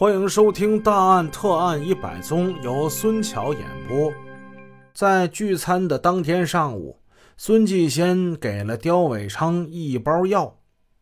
欢迎收听《大案特案100宗》，由孙桥演播。在聚餐的当天上午，孙继先给了刁伟昌一包药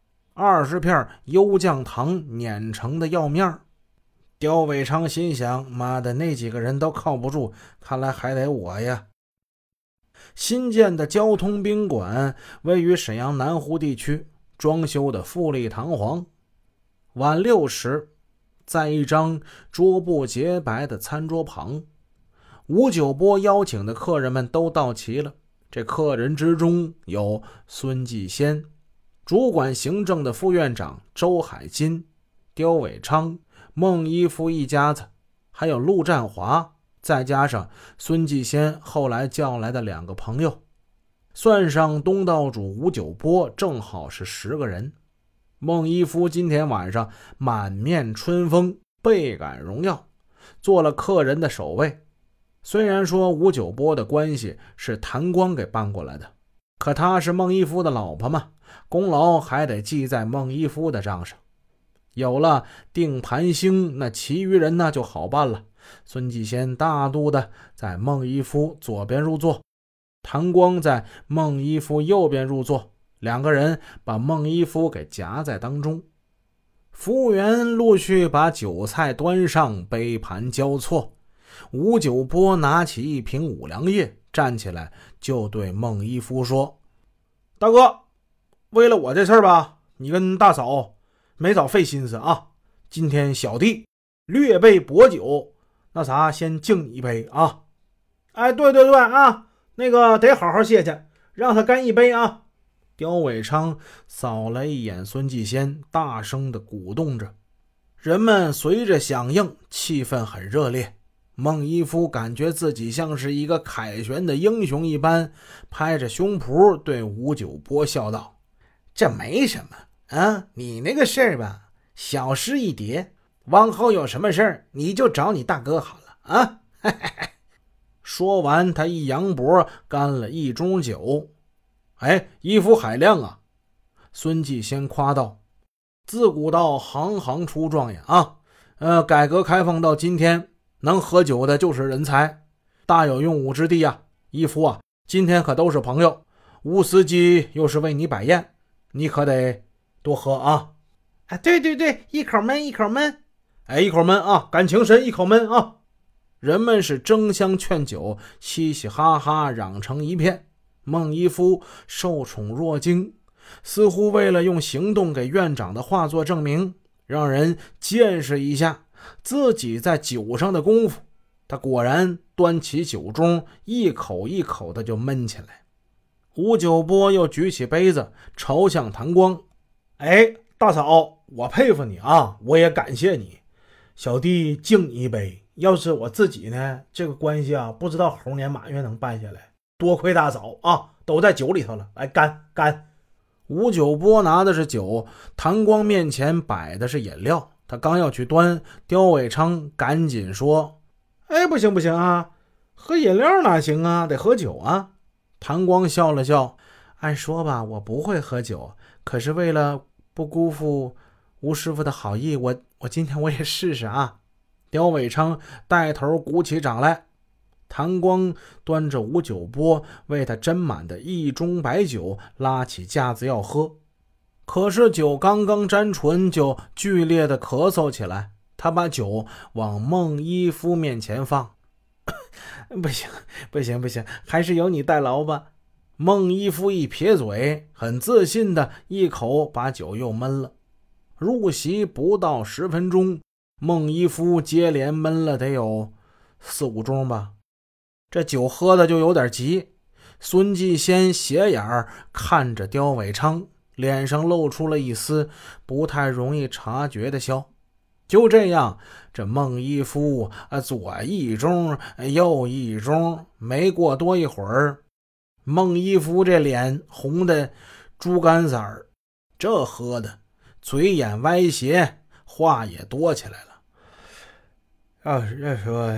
，20片优降糖碾成的药面。刁伟昌心想，妈的，那几个人都靠不住，看来还得我呀。新建的交通宾馆位于沈阳南湖地区，装修的富丽堂皇。晚6时，在一张桌布洁白的餐桌旁，吴九波邀请的客人们都到齐了。这客人之中有孙继先、主管行政的副院长周海金、刁伟昌、孟一夫一家子，还有陆占华，再加上孙继先后来叫来的2个朋友，算上东道主吴九波，正好是10个人。孟一夫今天晚上满面春风，倍感荣耀，做了客人的首位。虽然说吴九波的关系是谭光给办过来的，可她是孟一夫的老婆嘛，功劳还得记在孟一夫的账上。有了定盘星，那其余人呢就好办了。孙继先大度的在孟一夫左边入座，谭光在孟一夫右边入座，2个人把孟一夫给夹在当中。服务员陆续把酒菜端上，杯盘交错。吴九波拿起一瓶五粮液，站起来就对孟一夫说：大哥，为了我这事儿吧，你跟大嫂没少费心思啊。今天小弟略备薄酒，那啥，先敬你一杯啊。哎，对啊，那个得好好谢谢，让他干一杯啊。刁伟昌扫了一眼孙继先，大声地鼓动着，人们随着响应，气氛很热烈。孟一夫感觉自己像是一个凯旋的英雄一般，拍着胸脯对吴九波笑道：这没什么啊，你那个事儿吧，小事一叠，往后有什么事儿你就找你大哥好了啊。说完，他一扬脖，干了一盅酒。哎，一夫海量啊！孙继先夸道：自古道行行出状元啊！改革开放到今天，能喝酒的就是人才，大有用武之地啊！一夫啊，今天可都是朋友，吴司机又是为你摆宴，你可得多喝啊！哎，对，一口闷一口闷。哎，一口闷啊，感情深，一口闷啊！人们是争相劝酒，嘻嘻哈哈嚷成一片。孟一夫受宠若惊，似乎为了用行动给院长的话做证明，让人见识一下自己在酒上的功夫。他果然端起酒盅，一口一口的就闷起来。吴九波又举起杯子朝向谭光：哎，大嫂，我佩服你啊，我也感谢你，小弟敬你一杯。要是我自己呢，这个关系啊，不知道猴年马月能办下来。多亏大嫂啊，都在酒里头了，来干！吴九波拿的是酒，谭光面前摆的是饮料，他刚要去端，刁伟昌赶紧说：哎，不行啊，喝饮料哪行啊，得喝酒啊。谭光笑了笑：按说吧，我不会喝酒，可是为了不辜负吴师傅的好意，我今天我也试试啊。刁伟昌带头鼓起掌来。谭光端着吴九波为他斟满的一盅白酒，拉起架子要喝，可是酒刚刚沾唇，就剧烈的咳嗽起来。他把酒往孟一夫面前放：不行，还是由你代劳吧。孟一夫一撇嘴，很自信的一口把酒又闷了。入席不到10分钟，孟一夫接连闷了得有4、5盅吧。这酒喝的就有点急，孙继先斜眼看着刁伟昌，脸上露出了一丝不太容易察觉的笑。就这样，这孟一夫左一盅右一盅，没过多一会儿，孟一夫这脸红的猪肝色儿，这喝的嘴眼歪斜，话也多起来了。要是这说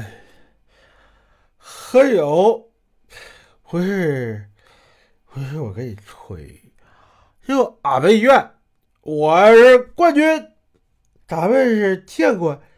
喝酒不是我给你吹，就俺们院我是冠军，咱们是见过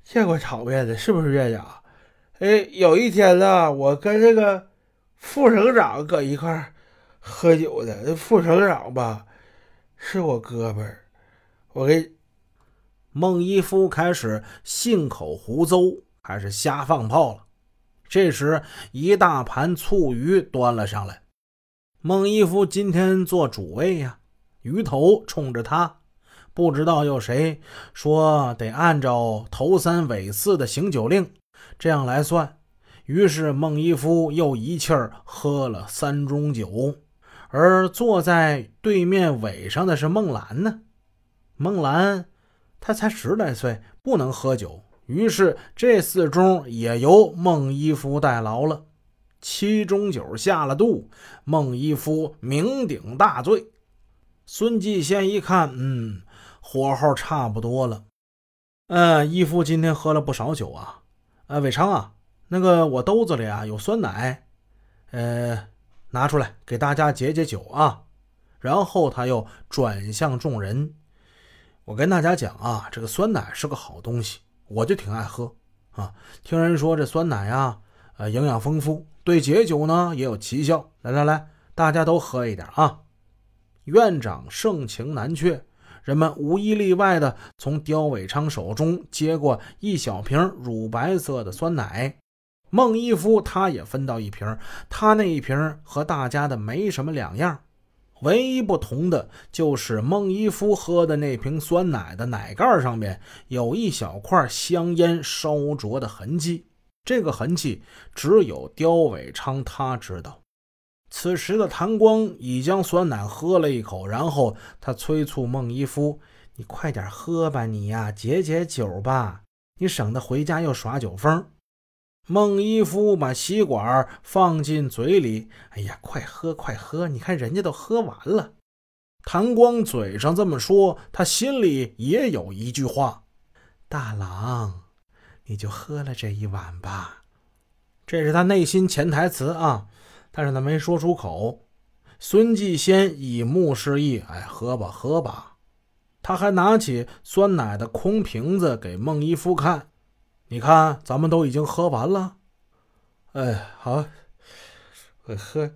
见过场面的，是不是院长？哎，有一天呢，我跟这个副省长搁一块儿喝酒的，副省长吧是我哥们儿，我给孟一夫开始信口胡诌，开始瞎放炮了。这时一大盘醋鱼端了上来，孟一夫今天做主位呀，鱼头冲着他，不知道有谁说得按照头三尾四的行酒令这样来算，于是孟一夫又一气儿喝了3盅酒。而坐在对面尾上的是孟兰呢。孟兰他才10来岁，不能喝酒，于是这4盅也由孟一夫代劳了。7盅酒下了肚，孟一夫酩酊大醉。孙继先一看，火候差不多了。一夫今天喝了不少酒啊。伟昌啊，那个我兜子里啊有酸奶，拿出来给大家解解酒啊。然后他又转向众人，我跟大家讲啊，这个酸奶是个好东西，我就挺爱喝啊。听人说这酸奶啊，营养丰富，对解酒呢也有奇效。来，大家都喝一点啊。院长盛情难却，人们无一例外的从刁伟昌手中接过一小瓶乳白色的酸奶。孟一夫他也分到一瓶，他那一瓶和大家的没什么两样，唯一不同的就是孟一夫喝的那瓶酸奶的奶盖上面有一小块香烟烧灼的痕迹，这个痕迹只有刁伟昌他知道。此时的谭光已将酸奶喝了一口，然后他催促孟一夫，你快点喝吧，你呀解解酒吧，你省得回家又耍酒疯。孟一夫把吸管放进嘴里，哎呀，快喝，你看人家都喝完了。谭光嘴上这么说，他心里也有一句话，大郎你就喝了这一碗吧，这是他内心潜台词啊，但是他没说出口。孙继先以目示意，喝吧。他还拿起酸奶的空瓶子给孟一夫看，你看咱们都已经喝完了。好，我喝。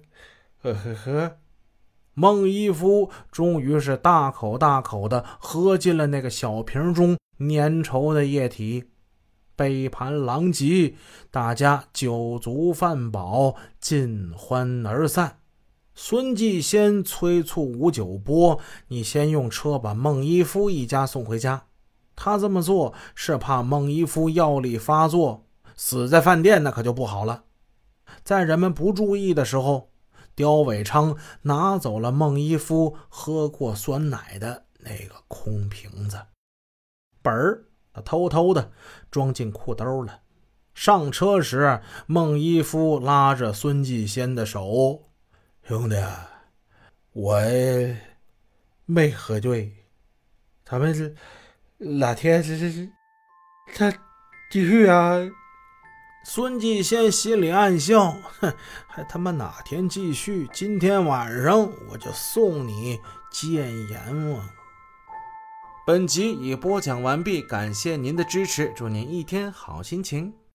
孟一夫终于是大口的喝进了那个小瓶中粘稠的液体。杯盘狼藉，大家酒足饭饱，尽欢而散。孙继先催促吴九波，你先用车把孟一夫一家送回家。他这么做是怕孟一夫药力发作，死在饭店那可就不好了。在人们不注意的时候，刁伟昌拿走了孟一夫喝过酸奶的那个空瓶子，本儿他偷偷的装进裤兜了。上车时，孟一夫拉着孙继先的手，兄弟，我没喝醉，咱们哪天他继续啊。孙继先心里暗笑，还他妈哪天继续，今天晚上我就送你见阎王。 本集已播讲完毕，感谢您的支持，祝您一天好心情。